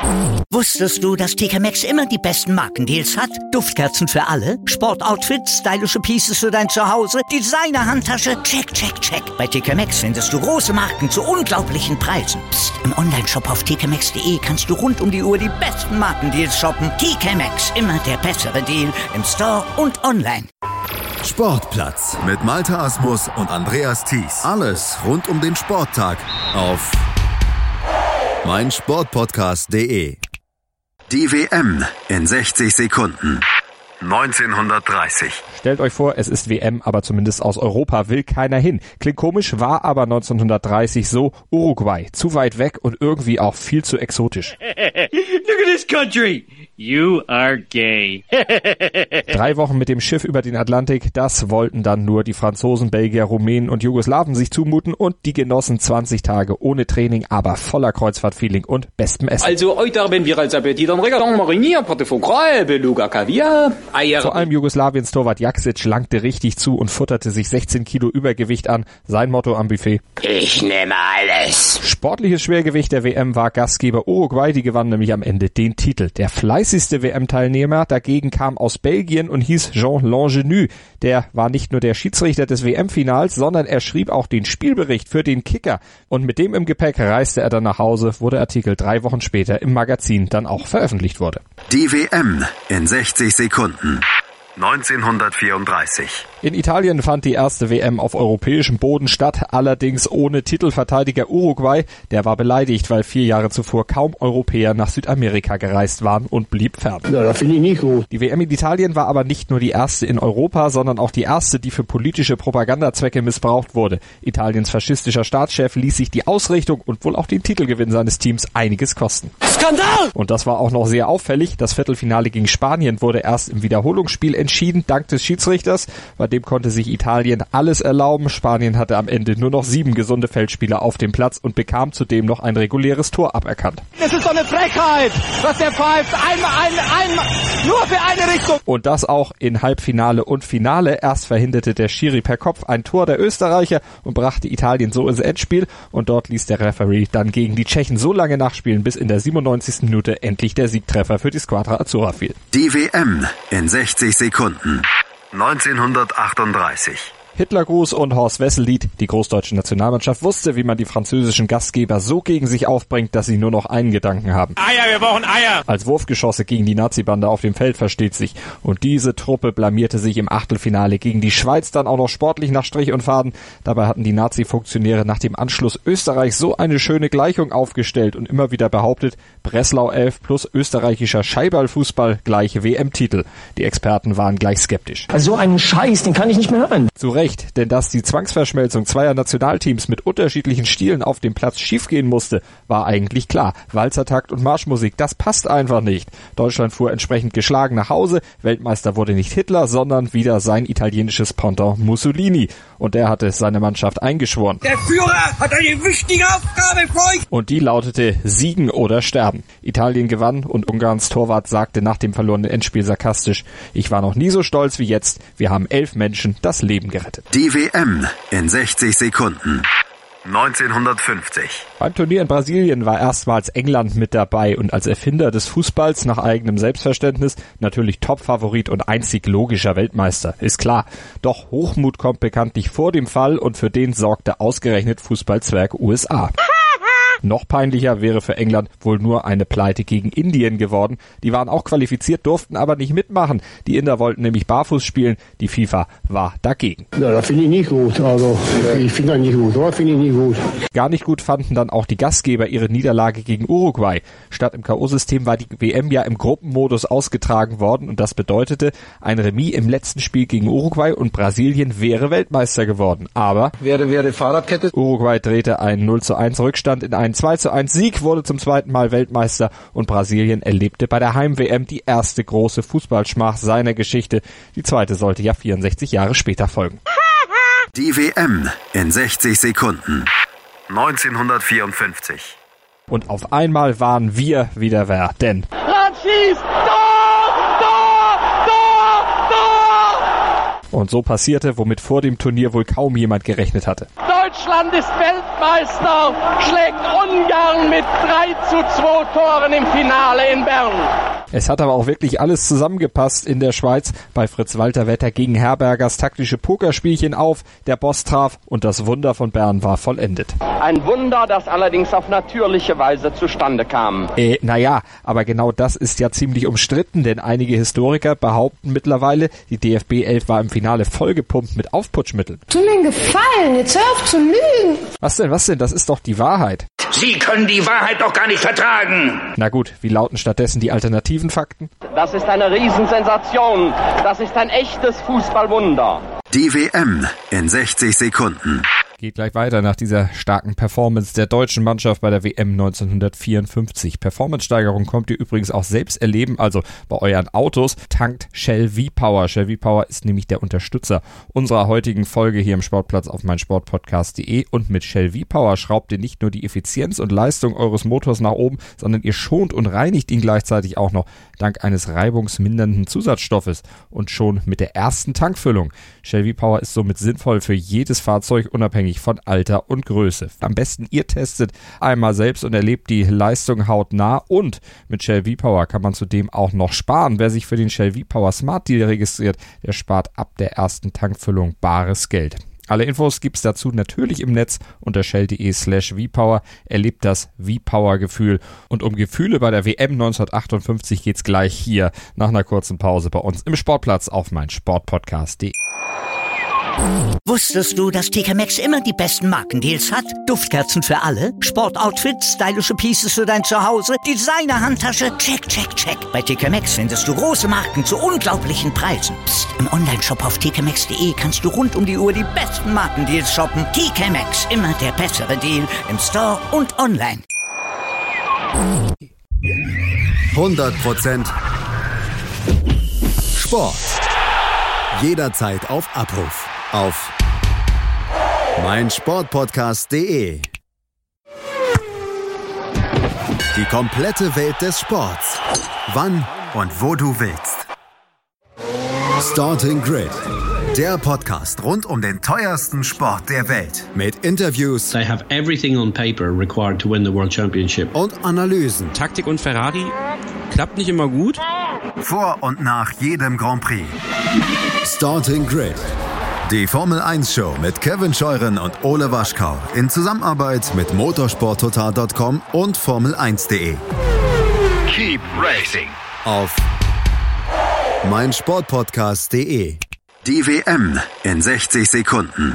Wusstest du, dass TK Maxx immer die besten Markendeals hat? Duftkerzen für alle, Sportoutfits, stylische Pieces für dein Zuhause, Designer-Handtasche, check, check, check. Bei TK Maxx findest du große Marken zu unglaublichen Preisen. Psst. Im Onlineshop auf tkmaxx.de kannst du rund um die Uhr die besten Markendeals shoppen. TK Maxx, immer der bessere Deal im Store und online. Sportplatz mit Malte Asmus und Andreas Thies. Alles rund um den Sporttag auf meinsportpodcast.de. Die WM in 60 Sekunden. 1930. Stellt euch vor, es ist WM, aber zumindest aus Europa will keiner hin. Klingt komisch, war aber 1930 so. Uruguay, zu weit weg und irgendwie auch viel zu exotisch. Look at this country. You are gay. 3 Wochen mit dem Schiff über den Atlantik, das wollten dann nur die Franzosen, Belgier, Rumänen und Jugoslawen sich zumuten und die genossen 20 Tage ohne Training, aber voller Kreuzfahrtfeeling und bestem Essen. Also heute haben wir als Appetit am Regal mariniert, Pâté foie gras, Beluga Kaviar, Eier. Vor allem Jugoslawiens Torwart Jaksic langte richtig zu und futterte sich 16 Kilo Übergewicht an. Sein Motto am Buffet: Ich nehme alles. Sportliches Schwergewicht der WM war Gastgeber Uruguay, die gewann nämlich am Ende den Titel. Der fleißigste WM-Teilnehmer dagegen kam aus Belgien und hieß Jean Langenu. Der war nicht nur der Schiedsrichter des WM-Finals, sondern er schrieb auch den Spielbericht für den Kicker. Und mit dem im Gepäck reiste er dann nach Hause, wo der Artikel 3 Wochen später im Magazin dann auch veröffentlicht wurde. Die WM in 60 Sekunden. 1934. In Italien fand die erste WM auf europäischem Boden statt, allerdings ohne Titelverteidiger Uruguay. Der war beleidigt, weil 4 Jahre zuvor kaum Europäer nach Südamerika gereist waren und blieb fern. Ja, das finde ich nicht gut. Die WM in Italien war aber nicht nur die erste in Europa, sondern auch die erste, die für politische Propagandazwecke missbraucht wurde. Italiens faschistischer Staatschef ließ sich die Ausrichtung und wohl auch den Titelgewinn seines Teams einiges kosten. Skandal! Und das war auch noch sehr auffällig. Das Viertelfinale gegen Spanien wurde erst im Wiederholungsspiel entschieden, dank des Schiedsrichters. Bei dem konnte sich Italien alles erlauben. Spanien hatte am Ende nur noch 7 gesunde Feldspieler auf dem Platz und bekam zudem noch ein reguläres Tor aberkannt. Es ist doch eine Frechheit, was der pfeift. Einmal, nur für eine Richtung. Und das auch in Halbfinale und Finale. Erst verhinderte der Schiri per Kopf ein Tor der Österreicher und brachte Italien so ins Endspiel. Und dort ließ der Referee dann gegen die Tschechen so lange nachspielen, bis in der 97. Minute endlich der Siegtreffer für die Squadra Azzurra fiel. Die WM in 60 Sekunden. 1938. Hitlergruß und Horst Wessel-Lied. Die großdeutsche Nationalmannschaft wusste, wie man die französischen Gastgeber so gegen sich aufbringt, dass sie nur noch einen Gedanken haben. Eier, wir brauchen Eier. Als Wurfgeschosse gegen die Nazi-Bande auf dem Feld, versteht sich. Und diese Truppe blamierte sich im Achtelfinale gegen die Schweiz dann auch noch sportlich nach Strich und Faden. Dabei hatten die Nazi-Funktionäre nach dem Anschluss Österreichs so eine schöne Gleichung aufgestellt und immer wieder behauptet, Breslau 11 plus österreichischer Scheiballfußball gleiche WM-Titel. Die Experten waren gleich skeptisch. Also so einen Scheiß, den kann ich nicht mehr hören. Zu Recht, denn dass die Zwangsverschmelzung zweier Nationalteams mit unterschiedlichen Stilen auf dem Platz schiefgehen musste, war eigentlich klar. Walzertakt und Marschmusik, das passt einfach nicht. Deutschland fuhr entsprechend geschlagen nach Hause. Weltmeister wurde nicht Hitler, sondern wieder sein italienisches Pendant Mussolini. Und der hatte seine Mannschaft eingeschworen. Der Führer hat eine wichtige Aufgabe für euch. Und die lautete Siegen oder Sterben. Italien gewann und Ungarns Torwart sagte nach dem verlorenen Endspiel sarkastisch: Ich war noch nie so stolz wie jetzt. Wir haben 11 Menschen das Leben gerettet. Die WM in 60 Sekunden. 1950. Beim Turnier in Brasilien war erstmals England mit dabei und als Erfinder des Fußballs nach eigenem Selbstverständnis natürlich Topfavorit und einzig logischer Weltmeister, ist klar. Doch Hochmut kommt bekanntlich vor dem Fall und für den sorgte ausgerechnet Fußballzwerg USA. Noch peinlicher wäre für England wohl nur eine Pleite gegen Indien geworden. Die waren auch qualifiziert, durften aber nicht mitmachen. Die Inder wollten nämlich barfuß spielen. Die FIFA war dagegen. Ja, das finde ich nicht gut. Also, ich finde das nicht gut. Das finde ich nicht gut. Gar nicht gut fanden dann auch die Gastgeber ihre Niederlage gegen Uruguay. Statt im K.O.-System war die WM ja im Gruppenmodus ausgetragen worden und das bedeutete, ein Remis im letzten Spiel gegen Uruguay und Brasilien wäre Weltmeister geworden. Aber Wäre Fahrradkette. Uruguay drehte einen 0:1 Rückstand in einen 2:1 Sieg, wurde zum zweiten Mal Weltmeister und Brasilien erlebte bei der Heim-WM die erste große Fußballschmach seiner Geschichte. Die zweite sollte ja 64 Jahre später folgen. Die WM in 60 Sekunden. 1954. Und auf einmal waren wir wieder wer, denn Schieß! Tor! Und so passierte, womit vor dem Turnier wohl kaum jemand gerechnet hatte. Deutschland ist Weltmeister! Weltmeister schlägt Ungarn mit 3:2 Toren im Finale in Bern. Es hat aber auch wirklich alles zusammengepasst in der Schweiz. Bei Fritz-Walter Wetter gegen Herbergers taktische Pokerspielchen auf, der Boss traf und das Wunder von Bern war vollendet. Ein Wunder, das allerdings auf natürliche Weise zustande kam. Naja, aber genau das ist ja ziemlich umstritten, denn einige Historiker behaupten mittlerweile, die DFB 11 war im Finale vollgepumpt mit Aufputschmitteln. Tu mir einen Gefallen, jetzt hör auf zu lügen. Was denn? Das ist doch die Wahrheit. Sie können die Wahrheit doch gar nicht vertragen. Na gut, wie lauten stattdessen die alternativen Fakten? Das ist eine Riesensensation. Das ist ein echtes Fußballwunder. Die WM in 60 Sekunden. Geht gleich weiter nach dieser starken Performance der deutschen Mannschaft bei der WM 1954. Performance-Steigerung kommt ihr übrigens auch selbst erleben, also bei euren Autos. Tankt Shell V-Power. Shell V-Power ist nämlich der Unterstützer unserer heutigen Folge hier im Sportplatz auf meinsportpodcast.de. Und mit Shell V-Power schraubt ihr nicht nur die Effizienz und Leistung eures Motors nach oben, sondern ihr schont und reinigt ihn gleichzeitig auch noch dank eines reibungsmindernden Zusatzstoffes. Und schon mit der ersten Tankfüllung. Shell V-Power ist somit sinnvoll für jedes Fahrzeug, unabhängig von Alter und Größe. Am besten ihr testet einmal selbst und erlebt die Leistung hautnah, und mit Shell V-Power kann man zudem auch noch sparen. Wer sich für den Shell V-Power Smart Deal registriert, der spart ab der ersten Tankfüllung bares Geld. Alle Infos gibt's dazu natürlich im Netz unter shell.de/vpower. Erlebt das V-Power-Gefühl. Und um Gefühle bei der WM 1958 geht's gleich hier nach einer kurzen Pause bei uns im Sportplatz auf meinsportpodcast.de. Wusstest du, dass TK Maxx immer die besten Markendeals hat? Duftkerzen für alle, Sportoutfits, stylische Pieces für dein Zuhause, Designer-Handtasche, check, check, check. Bei TK Maxx findest du große Marken zu unglaublichen Preisen. Psst. Im Onlineshop auf tkmaxx.de kannst du rund um die Uhr die besten Markendeals shoppen. TK Maxx, immer der bessere Deal im Store und online. 100% Sport. Jederzeit auf Abruf. Auf meinsportpodcast.de. Die komplette Welt des Sports. Wann und wo du willst. Starting Grid. Der Podcast rund um den teuersten Sport der Welt. Mit Interviews. They have everything on paper required to win the World Championship. Und Analysen. Taktik und Ferrari klappt nicht immer gut. Vor und nach jedem Grand Prix. Starting Grid. Die Formel 1 Show mit Kevin Scheuren und Ole Waschkau in Zusammenarbeit mit motorsporttotal.com und Formel1.de. Keep racing. Auf meinsportpodcast.de. Die WM in 60 Sekunden.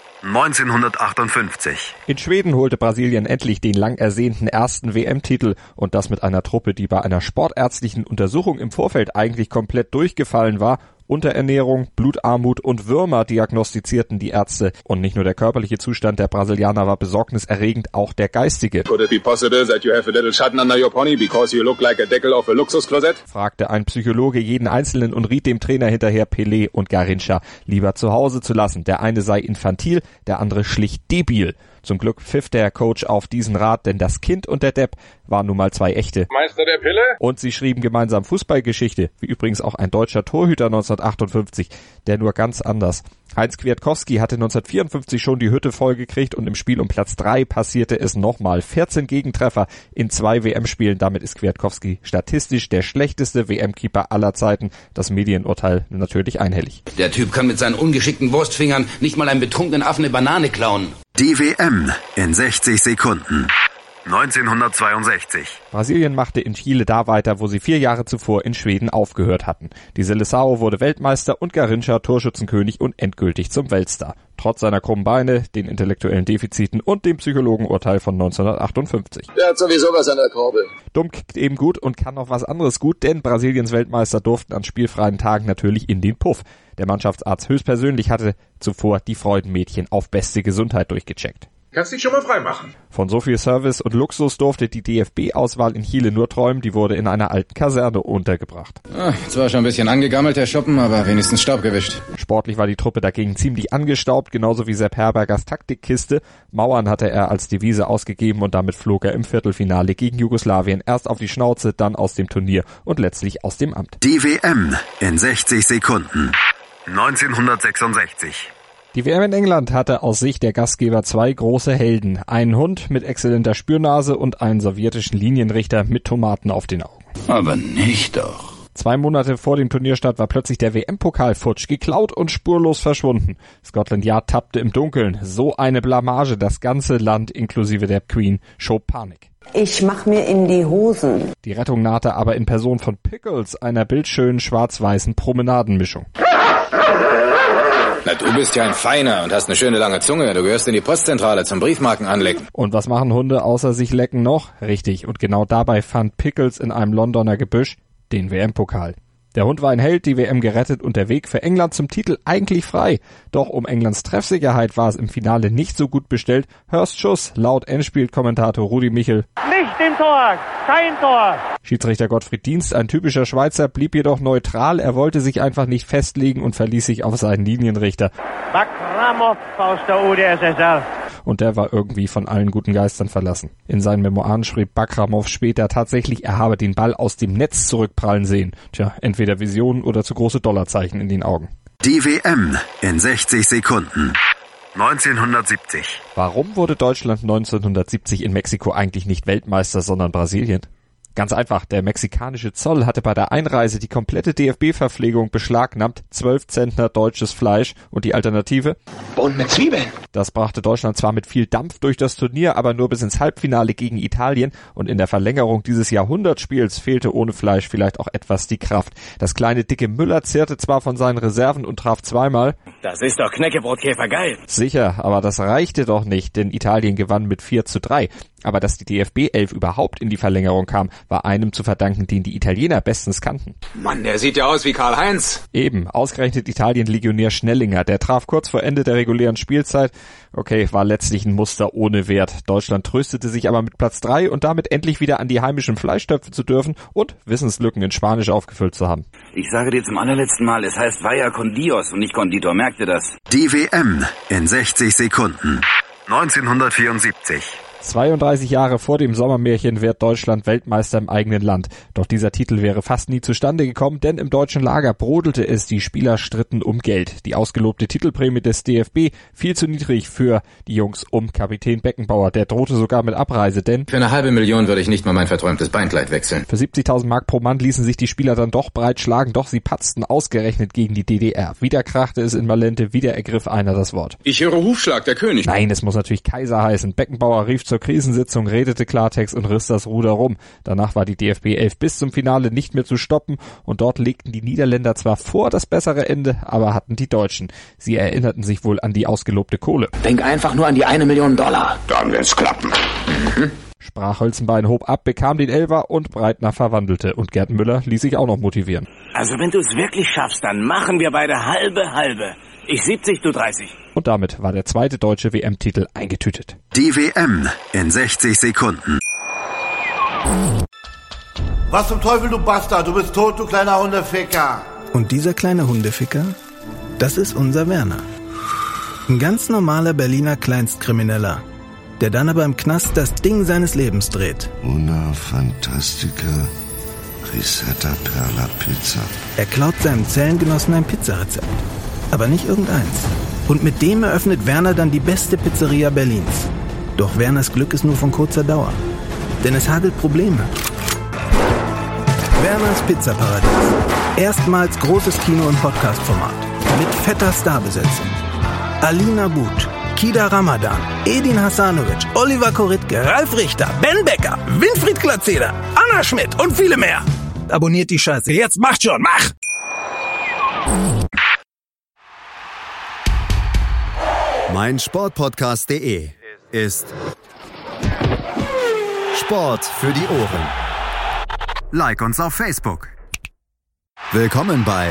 1958. In Schweden holte Brasilien endlich den lang ersehnten ersten WM-Titel, und das mit einer Truppe, die bei einer sportärztlichen Untersuchung im Vorfeld eigentlich komplett durchgefallen war. Unterernährung, Blutarmut und Würmer diagnostizierten die Ärzte. Und nicht nur der körperliche Zustand der Brasilianer war besorgniserregend, auch der geistige. Could it be possible that you have a little Schatten under your pony because you look like a Deckel of a Luxusklosett? Fragte ein Psychologe jeden Einzelnen und riet dem Trainer hinterher, Pelé und Garrincha lieber zu Hause zu lassen. Der eine sei infantil, der andere schlicht debil. Zum Glück pfiff der Coach auf diesen Rat, denn das Kind und der Depp waren nun mal zwei echte. Meister der Pille? Und sie schrieben gemeinsam Fußballgeschichte, wie übrigens auch ein deutscher Torhüter 1958, der nur ganz anders. Heinz Kwiatkowski hatte 1954 schon die Hütte vollgekriegt und im Spiel um Platz 3 passierte es nochmal. 14 Gegentreffer in 2 WM-Spielen. Damit ist Kwiatkowski statistisch der schlechteste WM-Keeper aller Zeiten. Das Medienurteil natürlich einhellig. Der Typ kann mit seinen ungeschickten Wurstfingern nicht mal einem betrunkenen Affen eine Banane klauen. Die WM in 60 Sekunden. 1962. Brasilien machte in Chile da weiter, wo sie 4 Jahre zuvor in Schweden aufgehört hatten. Die Seleção wurde Weltmeister und Garrincha Torschützenkönig und endgültig zum Weltstar. Trotz seiner krummen Beine, den intellektuellen Defiziten und dem Psychologenurteil von 1958. Der hat sowieso was an der Kurbel. Dumm kickt eben gut und kann noch was anderes gut, denn Brasiliens Weltmeister durften an spielfreien Tagen natürlich in den Puff. Der Mannschaftsarzt höchstpersönlich hatte zuvor die Freudenmädchen auf beste Gesundheit durchgecheckt. Kannst dich schon mal frei machen. Von so viel Service und Luxus durfte die DFB-Auswahl in Chile nur träumen, die wurde in einer alten Kaserne untergebracht. Zwar schon ein bisschen angegammelt, der Schuppen, aber wenigstens Staub gewischt. Sportlich war die Truppe dagegen ziemlich angestaubt, genauso wie Sepp Herbergers Taktikkiste. Mauern hatte er als Devise ausgegeben und damit flog er im Viertelfinale gegen Jugoslawien erst auf die Schnauze, dann aus dem Turnier und letztlich aus dem Amt. Die WM in 60 Sekunden. 1966. Die WM in England hatte aus Sicht der Gastgeber 2 große Helden. Einen Hund mit exzellenter Spürnase und einen sowjetischen Linienrichter mit Tomaten auf den Augen. Aber nicht doch. 2 Monate vor dem Turnierstart war plötzlich der WM-Pokal futsch, geklaut und spurlos verschwunden. Scotland Yard tappte im Dunkeln. So eine Blamage, das ganze Land inklusive der Queen schob Panik. Ich mach mir in die Hosen. Die Rettung nahte aber in Person von Pickles, einer bildschönen schwarz-weißen Promenadenmischung. Na, du bist ja ein Feiner und hast eine schöne lange Zunge. Du gehörst in die Postzentrale zum Briefmarken anlecken. Und was machen Hunde außer sich lecken noch? Richtig, und genau dabei fand Pickles in einem Londoner Gebüsch den WM-Pokal. Der Hund war ein Held, die WM gerettet und der Weg für England zum Titel eigentlich frei. Doch um Englands Treffsicherheit war es im Finale nicht so gut bestellt. Hursts Schuss, laut Endspielkommentator Rudi Michel. Nicht im Tor, kein Tor. Schiedsrichter Gottfried Dienst, ein typischer Schweizer, blieb jedoch neutral. Er wollte sich einfach nicht festlegen und verließ sich auf seinen Linienrichter. Bakramov aus der UdSSR. Und der war irgendwie von allen guten Geistern verlassen. In seinen Memoiren schrieb Bakramov später tatsächlich, er habe den Ball aus dem Netz zurückprallen sehen. Tja, entweder Visionen oder zu große Dollarzeichen in den Augen. Die WM in 60 Sekunden. 1970. Warum wurde Deutschland 1970 in Mexiko eigentlich nicht Weltmeister, sondern Brasilien? Ganz einfach, der mexikanische Zoll hatte bei der Einreise die komplette DFB-Verpflegung beschlagnahmt, 12 Zentner deutsches Fleisch und die Alternative? Bohnen mit Zwiebeln. Das brachte Deutschland zwar mit viel Dampf durch das Turnier, aber nur bis ins Halbfinale gegen Italien und in der Verlängerung dieses Jahrhundertspiels fehlte ohne Fleisch vielleicht auch etwas die Kraft. Das kleine dicke Müller zehrte zwar von seinen Reserven und traf zweimal. Das ist doch Knäckebrotkäfer geil. Sicher, aber das reichte doch nicht, denn Italien gewann mit 4:3. Aber dass die DFB-11 überhaupt in die Verlängerung kam, war einem zu verdanken, den die Italiener bestens kannten. Mann, der sieht ja aus wie Karl-Heinz. Eben, ausgerechnet Italien-Legionär Schnellinger. Der traf kurz vor Ende der regulären Spielzeit. Okay, war letztlich ein Muster ohne Wert. Deutschland tröstete sich aber mit Platz 3 und damit endlich wieder an die heimischen Fleischtöpfe zu dürfen und Wissenslücken in Spanisch aufgefüllt zu haben. Ich sage dir zum allerletzten Mal, es heißt Vaya con Dios und nicht Konditor, merkt ihr das? Die WM in 60 Sekunden. 1974. 32 Jahre vor dem Sommermärchen wird Deutschland Weltmeister im eigenen Land. Doch dieser Titel wäre fast nie zustande gekommen, denn im deutschen Lager brodelte es, die Spieler stritten um Geld. Die ausgelobte Titelprämie des DFB viel zu niedrig für die Jungs um Kapitän Beckenbauer. Der drohte sogar mit Abreise, denn für 500.000 würde ich nicht mal mein verträumtes Beinkleid wechseln. Für 70.000 Mark pro Mann ließen sich die Spieler dann doch breit schlagen, doch sie patzten ausgerechnet gegen die DDR. Wieder krachte es in Malente, wieder ergriff einer das Wort. Ich höre Hufschlag, der König. Nein, es muss natürlich Kaiser heißen. Beckenbauer rief zur Krisensitzung, redete Klartext und riss das Ruder rum. Danach war die DFB 11 bis zum Finale nicht mehr zu stoppen und dort legten die Niederländer zwar vor das bessere Ende, aber hatten die Deutschen. Sie erinnerten sich wohl an die ausgelobte Kohle. Denk einfach nur an die $1 Million. Dann wird's klappen. Sprach Hölzenbein, hob ab, bekam den Elfer und Breitner verwandelte. Und Gerd Müller ließ sich auch noch motivieren. Also wenn du es wirklich schaffst, dann machen wir beide halbe. Ich 70, du 30. Und damit war der zweite deutsche WM-Titel eingetütet. Die WM in 60 Sekunden. Was zum Teufel, du Bastard? Du bist tot, du kleiner Hundeficker. Und dieser kleine Hundeficker, das ist unser Werner. Ein ganz normaler Berliner Kleinstkrimineller, der dann aber im Knast das Ding seines Lebens dreht. Una Fantastica Risetta Perla Pizza. Er klaut seinem Zellengenossen ein Pizzarezept. Aber nicht irgendeins. Und mit dem eröffnet Werner dann die beste Pizzeria Berlins. Doch Werners Glück ist nur von kurzer Dauer. Denn es hagelt Probleme. Werners Pizzaparadies. Erstmals großes Kino- und Podcast-Format. Mit fetter Starbesetzung. Alina But, Kida Ramadan, Edin Hasanovic, Oliver Koritke, Ralf Richter, Ben Becker, Winfried Glatzeder, Anna Schmidt und viele mehr. Abonniert die Scheiße. Jetzt macht schon, mach! meinsportpodcast.de ist Sport für die Ohren. Like uns auf Facebook. Willkommen bei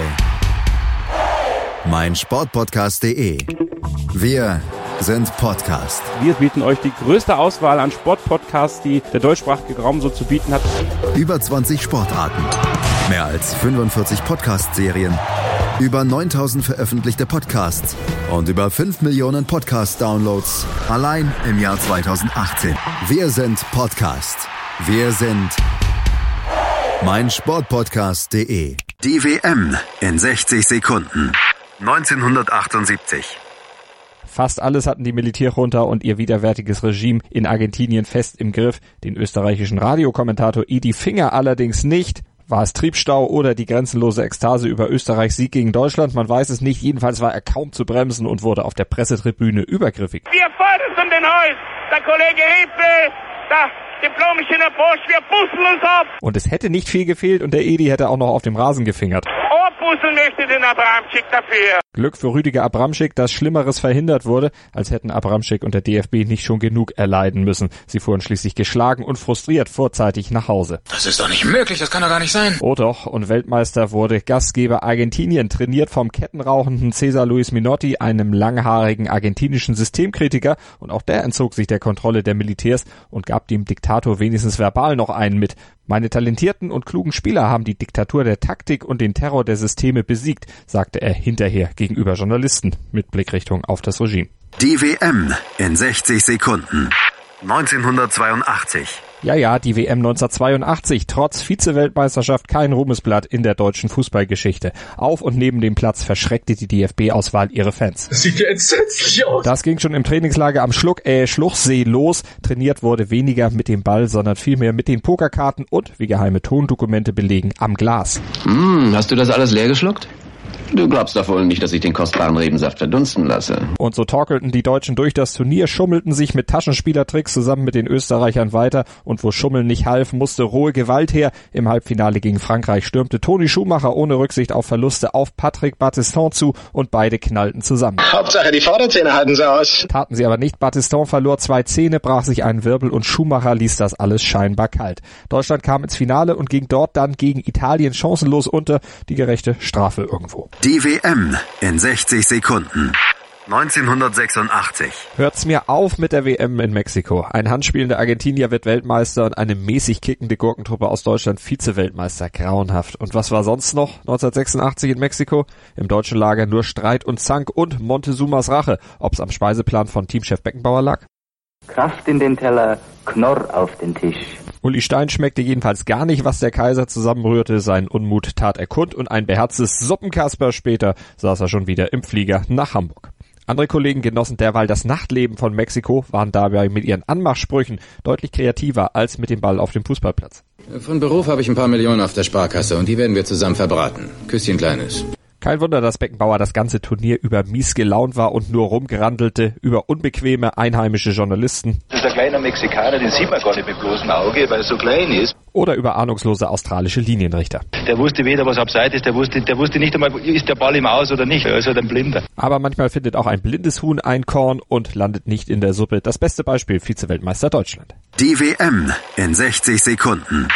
meinsportpodcast.de. Wir sind Podcast. Wir bieten euch die größte Auswahl an Sportpodcasts, die der deutschsprachige Raum so zu bieten hat. Über 20 Sportarten, mehr als 45 Podcast-Serien, über 9.000 veröffentlichte Podcasts und über 5 Millionen Podcast-Downloads allein im Jahr 2018. Wir sind Podcast. Wir sind Fast alles hatten die Militärjunta und ihr widerwärtiges Regime in Argentinien fest im Griff. Den österreichischen Radiokommentator Edi Finger allerdings nicht. War es Triebstau oder die grenzenlose Ekstase über Österreichs Sieg gegen Deutschland? Man weiß es nicht. Jedenfalls war er kaum zu bremsen und wurde auf der Pressetribüne übergriffig. Wir fordern den Haus. Der Kollege Rippe, der Diplom-Ingenieur Bosch, wir busseln uns ab. Und es hätte nicht viel gefehlt und der Edi hätte auch noch auf dem Rasen gefingert. Busseln möchte den Abramczyk dafür. Glück für Rüdiger Abramczyk, dass Schlimmeres verhindert wurde, als hätten Abramczyk und der DFB nicht schon genug erleiden müssen. Sie fuhren schließlich geschlagen und frustriert vorzeitig nach Hause. Das ist doch nicht möglich, das kann doch gar nicht sein. Oh doch, und Weltmeister wurde Gastgeber Argentinien, trainiert vom kettenrauchenden Cesar Luis Minotti, einem langhaarigen argentinischen Systemkritiker, und auch der entzog sich der Kontrolle der Militärs und gab dem Diktator wenigstens verbal noch einen mit. Meine talentierten und klugen Spieler haben die Diktatur der Taktik und den Terror der Systeme besiegt, sagte er hinterher gegenüber Journalisten mit Blickrichtung auf das Regime. Die WM in 60 Sekunden. 1982. Ja, die WM 1982, trotz Vize-Weltmeisterschaft kein Ruhmesblatt in der deutschen Fußballgeschichte. Auf und neben dem Platz verschreckte die DFB-Auswahl ihre Fans. Das sieht ja entsetzlich aus. Das ging schon im Trainingslager am Schluchsee los. Trainiert wurde weniger mit dem Ball, sondern vielmehr mit den Pokerkarten und, wie geheime Tondokumente belegen, am Glas. Hast du das alles leer geschluckt? Du glaubst doch wohl nicht, dass ich den kostbaren Rebensaft verdunsten lasse. Und so torkelten die Deutschen durch das Turnier, schummelten sich mit Taschenspielertricks zusammen mit den Österreichern weiter. Und wo Schummeln nicht half, musste rohe Gewalt her. Im Halbfinale gegen Frankreich stürmte Toni Schumacher ohne Rücksicht auf Verluste auf Patrick Battiston zu und beide knallten zusammen. Hauptsache die Vorderzähne halten sie aus. Taten sie aber nicht. Battiston verlor 2 Zähne, brach sich einen Wirbel und Schumacher ließ das alles scheinbar kalt. Deutschland kam ins Finale und ging dort dann gegen Italien chancenlos unter. Die gerechte Strafe irgendwo. Die WM in 60 Sekunden. 1986. Hört's mir auf mit der WM in Mexiko. Ein handspielender Argentinier wird Weltmeister und eine mäßig kickende Gurkentruppe aus Deutschland Vize-Weltmeister. Grauenhaft. Und was war sonst noch 1986 in Mexiko? Im deutschen Lager nur Streit und Zank und Montezumas Rache. Ob's am Speiseplan von Teamchef Beckenbauer lag? Kraft in den Teller, Knorr auf den Tisch. Uli Stein schmeckte jedenfalls gar nicht, was der Kaiser zusammenrührte. Seinen Unmut tat er kund und ein beherztes Suppenkasper später saß er schon wieder im Flieger nach Hamburg. Andere Kollegen genossen derweil das Nachtleben von Mexiko, waren dabei mit ihren Anmachsprüchen deutlich kreativer als mit dem Ball auf dem Fußballplatz. Von Beruf habe ich ein paar Millionen auf der Sparkasse und die werden wir zusammen verbraten. Küsschen Kleines. Kein Wunder, dass Beckenbauer das ganze Turnier über mies gelaunt war und nur rumgerandelte über unbequeme einheimische Journalisten. Das ist ein kleiner Mexikaner, den sieht man gar nicht mit bloßem Auge, weil er so klein ist. Oder über ahnungslose australische Linienrichter. Der wusste weder, was abseits ist, der wusste nicht einmal, ist der Ball im Aus oder nicht. Er ist halt ein Blinder. Aber manchmal findet auch ein blindes Huhn ein Korn und landet nicht in der Suppe. Das beste Beispiel, Vize-Weltmeister Deutschland. Die WM in 60 Sekunden.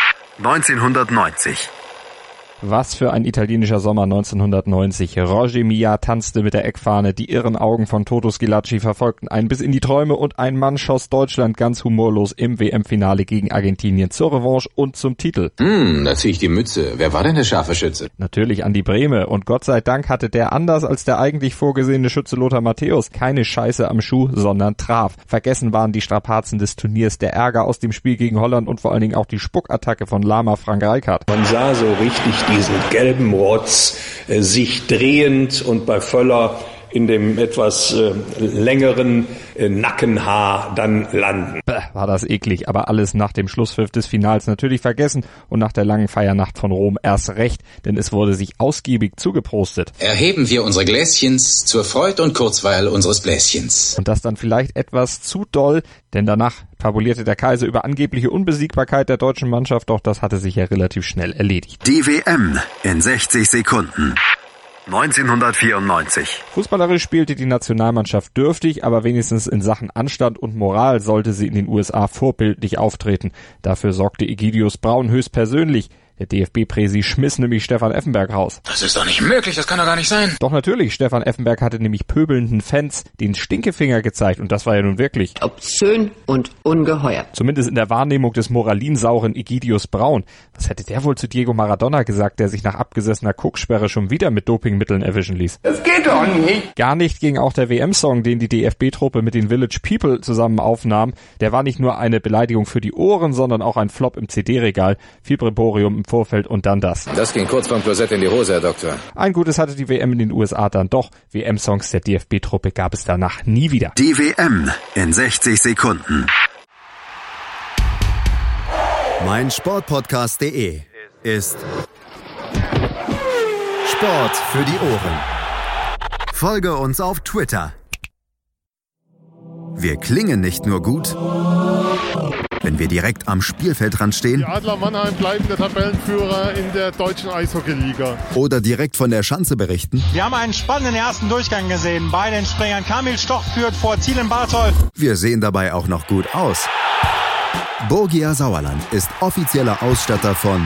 1990. Was für ein italienischer Sommer 1990. Roger Milla tanzte mit der Eckfahne, die irren Augen von Toto Schillaci verfolgten einen bis in die Träume und ein Mann schoss Deutschland ganz humorlos im WM-Finale gegen Argentinien zur Revanche und zum Titel. Da zieh ich die Mütze. Wer war denn der scharfe Schütze? Natürlich Andi Brehme und Gott sei Dank hatte der anders als der eigentlich vorgesehene Schütze Lothar Matthäus keine Scheiße am Schuh, sondern traf. Vergessen waren die Strapazen des Turniers, der Ärger aus dem Spiel gegen Holland und vor allen Dingen auch die Spuckattacke von Lama Frank Rijkaard. Man sah so richtig diesen gelben Rotz sich drehend und bei Völler in dem etwas längeren Nackenhaar dann landen. War das eklig, aber alles nach dem Schlusspfiff des Finals natürlich vergessen und nach der langen Feiernacht von Rom erst recht, denn es wurde sich ausgiebig zugeprostet. Erheben wir unsere Gläschens zur Freud und Kurzweil unseres Bläschens. Und das dann vielleicht etwas zu doll, denn danach fabulierte der Kaiser über angebliche Unbesiegbarkeit der deutschen Mannschaft, doch das hatte sich ja relativ schnell erledigt. Die WM in 60 Sekunden. 1994. Fußballerisch spielte die Nationalmannschaft dürftig, aber wenigstens in Sachen Anstand und Moral sollte sie in den USA vorbildlich auftreten. Dafür sorgte Egidius Braun höchstpersönlich. Der DFB-Präsi schmiss nämlich Stefan Effenberg raus. Das ist doch nicht möglich, das kann doch gar nicht sein. Doch natürlich, Stefan Effenberg hatte nämlich pöbelnden Fans den Stinkefinger gezeigt und das war ja nun wirklich obszön und ungeheuer. Zumindest in der Wahrnehmung des moralinsauren Egidius Braun. Was hätte der wohl zu Diego Maradona gesagt, der sich nach abgesessener Koksperre schon wieder mit Dopingmitteln erwischen ließ? Das geht doch nicht. Gar nicht ging auch der WM-Song, den die DFB-Truppe mit den Village People zusammen aufnahm. Der war nicht nur eine Beleidigung für die Ohren, sondern auch ein Flop im CD-Regal. Viel Brimborium im Vorfeld und dann das. Das ging kurz vorm Klosett in die Hose, Herr Doktor. Ein Gutes hatte die WM in den USA dann doch. WM-Songs der DFB-Truppe gab es danach nie wieder. Die WM in 60 Sekunden. meinsportpodcast.de ist Sport für die Ohren. Folge uns auf Twitter. Wir klingen nicht nur gut, wenn wir direkt am Spielfeldrand stehen. Die Adler Mannheim bleiben der Tabellenführer in der deutschen Eishockeyliga. Oder direkt von der Schanze berichten. Wir haben einen spannenden ersten Durchgang gesehen. Bei den Springern Kamil Stoch führt vor Ziel in Bartol. Wir sehen dabei auch noch gut aus. Borgia Sauerland ist offizieller Ausstatter von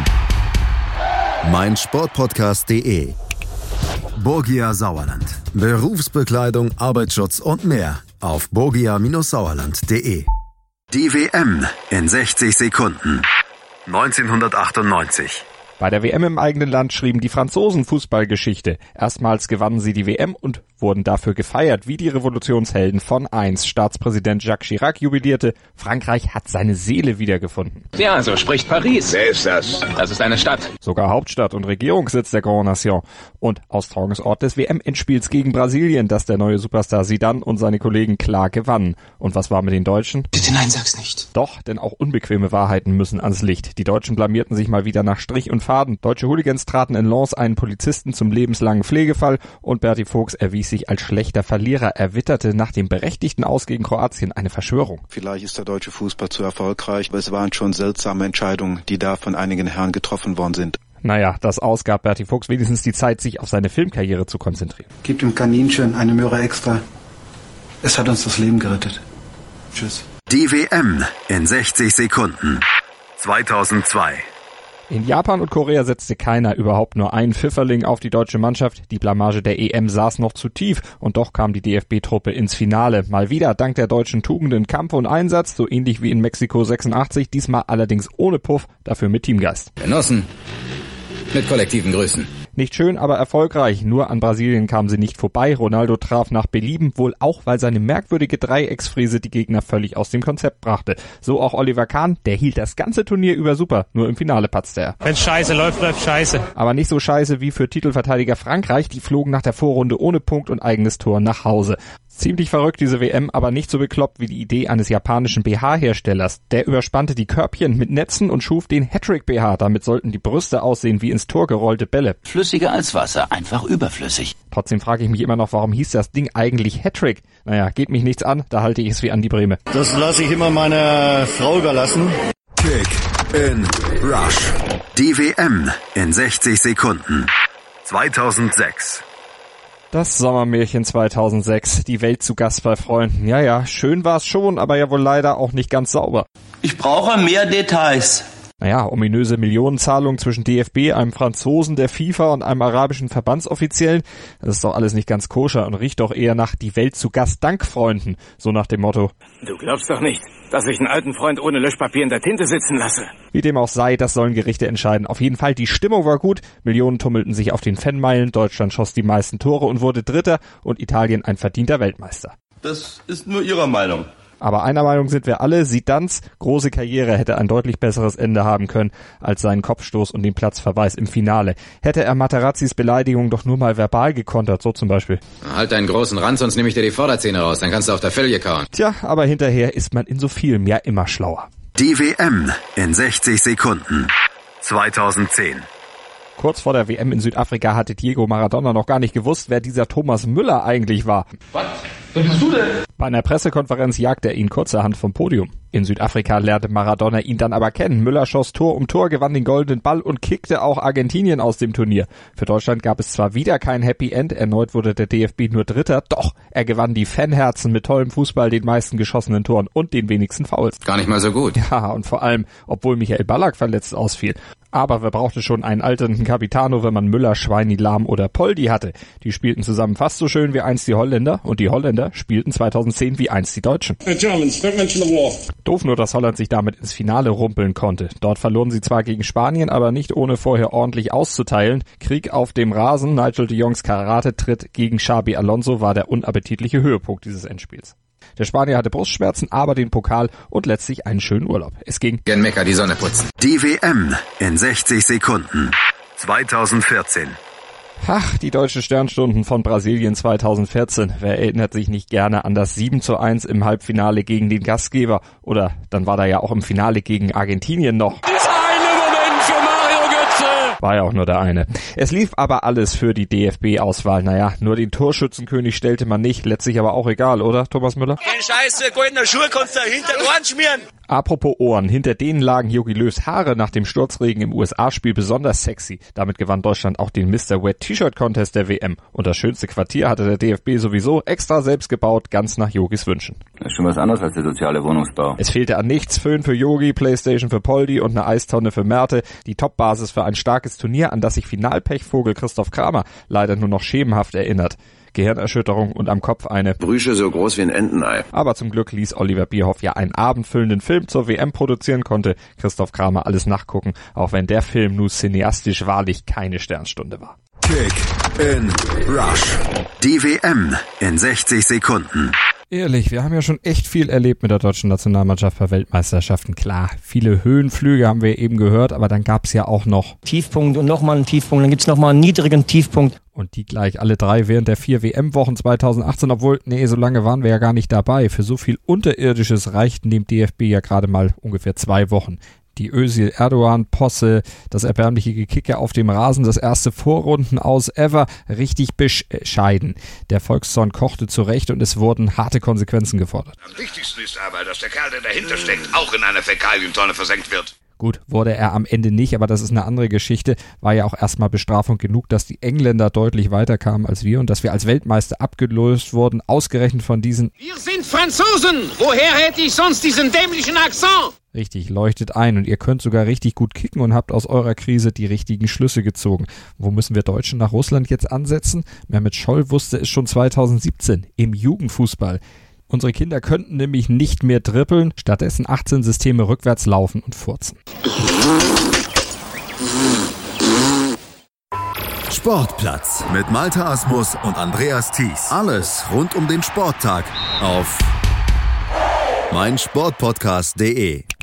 meinsportpodcast.de. Borgia Sauerland. Berufsbekleidung, Arbeitsschutz und mehr auf borgia-sauerland.de. Die WM in 60 Sekunden. 1998. Bei der WM im eigenen Land schrieben die Franzosen Fußballgeschichte. Erstmals gewannen sie die WM und wurden dafür gefeiert, wie die Revolutionshelden von 1. Staatspräsident Jacques Chirac jubilierte, Frankreich hat seine Seele wiedergefunden. Ja, so spricht Paris. Wer ist das? Das ist eine Stadt. Sogar Hauptstadt und Regierungssitz der Grande Nation. Und Austragungsort des WM-Endspiels gegen Brasilien, das der neue Superstar Zidane und seine Kollegen klar gewannen. Und was war mit den Deutschen? Bitte nein, sag's nicht. Doch, denn auch unbequeme Wahrheiten müssen ans Licht. Die Deutschen blamierten sich mal wieder nach Strich und Faden. Deutsche Hooligans traten in Lens einen Polizisten zum lebenslangen Pflegefall und Berti Vogts erwies sich als schlechter Verlierer. Er witterte nach dem berechtigten Aus gegen Kroatien eine Verschwörung. Vielleicht ist der deutsche Fußball zu erfolgreich, aber es waren schon seltsame Entscheidungen, die da von einigen Herren getroffen worden sind. Naja, das Aus gab Berti Vogts wenigstens die Zeit, sich auf seine Filmkarriere zu konzentrieren. Gib dem Kaninchen eine Möhre extra. Es hat uns das Leben gerettet. Tschüss. Die WM in 60 Sekunden. 2002. In Japan und Korea setzte keiner überhaupt nur einen Pfifferling auf die deutsche Mannschaft. Die Blamage der EM saß noch zu tief und doch kam die DFB-Truppe ins Finale. Mal wieder dank der deutschen Tugenden Kampf und Einsatz, so ähnlich wie in Mexiko 86, diesmal allerdings ohne Puff, dafür mit Teamgeist. Genossen, mit kollektiven Grüßen. Nicht schön, aber erfolgreich. Nur an Brasilien kamen sie nicht vorbei. Ronaldo traf nach Belieben, wohl auch, weil seine merkwürdige Dreiecksfriese die Gegner völlig aus dem Konzept brachte. So auch Oliver Kahn, der hielt das ganze Turnier über super. Nur im Finale patzte er. Wenn's scheiße läuft, läuft scheiße. Aber nicht so scheiße wie für Titelverteidiger Frankreich. Die flogen nach der Vorrunde ohne Punkt und eigenes Tor nach Hause. Ziemlich verrückt diese WM, aber nicht so bekloppt wie die Idee eines japanischen BH-Herstellers. Der überspannte die Körbchen mit Netzen und schuf den Hattrick-BH. Damit sollten die Brüste aussehen wie ins Tor gerollte Bälle. Flüssiger als Wasser, einfach überflüssig. Trotzdem frage ich mich immer noch, warum hieß das Ding eigentlich Hattrick? Naja, geht mich nichts an, da halte ich es wie Andi Brehme. Das lasse ich immer meiner Frau überlassen. Kick in Rush. Die WM in 60 Sekunden. 2006. Das Sommermärchen 2006, die Welt zu Gast bei Freunden. Ja, schön war's schon, aber ja wohl leider auch nicht ganz sauber. Ich brauche mehr Details. Naja, ominöse Millionenzahlungen zwischen DFB, einem Franzosen der FIFA und einem arabischen Verbandsoffiziellen. Das ist doch alles nicht ganz koscher und riecht doch eher nach die Welt zu Gast dank Freunden. So nach dem Motto. Du glaubst doch nicht, dass ich einen alten Freund ohne Löschpapier in der Tinte sitzen lasse. Wie dem auch sei, das sollen Gerichte entscheiden. Auf jeden Fall, die Stimmung war gut. Millionen tummelten sich auf den Fanmeilen. Deutschland schoss die meisten Tore und wurde Dritter und Italien ein verdienter Weltmeister. Das ist nur Ihre Meinung. Aber einer Meinung sind wir alle, Zidanes große Karriere hätte ein deutlich besseres Ende haben können als seinen Kopfstoß und den Platzverweis im Finale. Hätte er Materazzis Beleidigung doch nur mal verbal gekontert, so zum Beispiel. Halt deinen großen Rand, sonst nehme ich dir die Vorderzähne raus, dann kannst du auf der Felge kauen. Tja, aber hinterher ist man in so vielem ja immer schlauer. Die WM in 60 Sekunden. 2010. Kurz vor der WM in Südafrika hatte Diego Maradona noch gar nicht gewusst, wer dieser Thomas Müller eigentlich war. Was? Wer bist du denn? Bei einer Pressekonferenz jagte er ihn kurzerhand vom Podium. In Südafrika lernte Maradona ihn dann aber kennen. Müller schoss Tor um Tor, gewann den goldenen Ball und kickte auch Argentinien aus dem Turnier. Für Deutschland gab es zwar wieder kein Happy End, erneut wurde der DFB nur Dritter, doch er gewann die Fanherzen mit tollem Fußball, den meisten geschossenen Toren und den wenigsten Fouls. Gar nicht mal so gut. Ja, und vor allem, obwohl Michael Ballack verletzt ausfiel. Aber wer brauchte schon einen alternden Capitano, wenn man Müller, Schweini, Lahm oder Poldi hatte? Die spielten zusammen fast so schön wie einst die Holländer und die Holländer spielten 2010 wie einst die Deutschen. Doof nur, dass Holland sich damit ins Finale rumpeln konnte. Dort verloren sie zwar gegen Spanien, aber nicht ohne vorher ordentlich auszuteilen. Krieg auf dem Rasen, Nigel de Jongs Karate-Tritt gegen Xabi Alonso war der unappetitliche Höhepunkt dieses Endspiels. Der Spanier hatte Brustschmerzen, aber den Pokal und letztlich einen schönen Urlaub. Es ging Gen Mekka die Sonne putzen. Die WM in 60 Sekunden. 2014. Ach, die deutschen Sternstunden von Brasilien 2014. Wer erinnert sich nicht gerne an das 7:1 im Halbfinale gegen den Gastgeber? Oder dann war da ja auch im Finale gegen Argentinien noch. War ja auch nur der eine. Es lief aber alles für die DFB-Auswahl. Naja, nur den Torschützenkönig stellte man nicht. Letztlich aber auch egal, oder, Thomas Müller? Den Scheiß goldener Schuh kannst du hinter den Ohren schmieren. Apropos Ohren, hinter denen lagen Jogi Löws Haare nach dem Sturzregen im USA-Spiel besonders sexy. Damit gewann Deutschland auch den Mr. Wet T-Shirt Contest der WM. Und das schönste Quartier hatte der DFB sowieso extra selbst gebaut, ganz nach Jogis Wünschen. Das ist schon was anderes als der soziale Wohnungsbau. Es fehlte an nichts, Föhn für Jogi, Playstation für Poldi und eine Eistonne für Merte. Die Topbasis für ein starkes Turnier, an das sich Finalpechvogel Christoph Kramer leider nur noch schemenhaft erinnert. Gehirnerschütterung und am Kopf eine Brüche so groß wie ein Entenei. Aber zum Glück ließ Oliver Bierhoff ja einen abendfüllenden Film zur WM produzieren, konnte Christoph Kramer alles nachgucken, auch wenn der Film nur cineastisch wahrlich keine Sternstunde war. Kick in Rush. Die WM in 60 Sekunden. Ehrlich, wir haben ja schon echt viel erlebt mit der deutschen Nationalmannschaft bei Weltmeisterschaften. Klar, viele Höhenflüge haben wir eben gehört, aber dann gab's ja auch noch Tiefpunkt und nochmal einen Tiefpunkt, dann gibt's nochmal einen niedrigen Tiefpunkt. Und die gleich alle drei während der 4 WM-Wochen 2018, obwohl, so lange waren wir ja gar nicht dabei. Für so viel Unterirdisches reichten dem DFB ja gerade mal ungefähr 2 Wochen. Die Özil-Erdogan-Posse, das erbärmliche Gekicke auf dem Rasen, das erste Vorrunden aus ever, richtig bescheiden. Der Volkszorn kochte zurecht und es wurden harte Konsequenzen gefordert. Am wichtigsten ist aber, dass der Kerl, der dahinter steckt, auch in einer Fäkalientonne versenkt wird. Gut, wurde er am Ende nicht, aber das ist eine andere Geschichte. War ja auch erstmal Bestrafung genug, dass die Engländer deutlich weiterkamen als wir und dass wir als Weltmeister abgelöst wurden, ausgerechnet von diesen Wir sind Franzosen! Woher hätte ich sonst diesen dämlichen Akzent? Richtig, leuchtet ein und ihr könnt sogar richtig gut kicken und habt aus eurer Krise die richtigen Schlüsse gezogen. Wo müssen wir Deutschen nach Russland jetzt ansetzen? Mehmet Scholl wusste es schon 2017 im Jugendfußball. Unsere Kinder könnten nämlich nicht mehr dribbeln, stattdessen 18 Systeme rückwärts laufen und furzen. Sportplatz mit Malte Asmus und Andreas Thies. Alles rund um den Sporttag auf meinsportpodcast.de.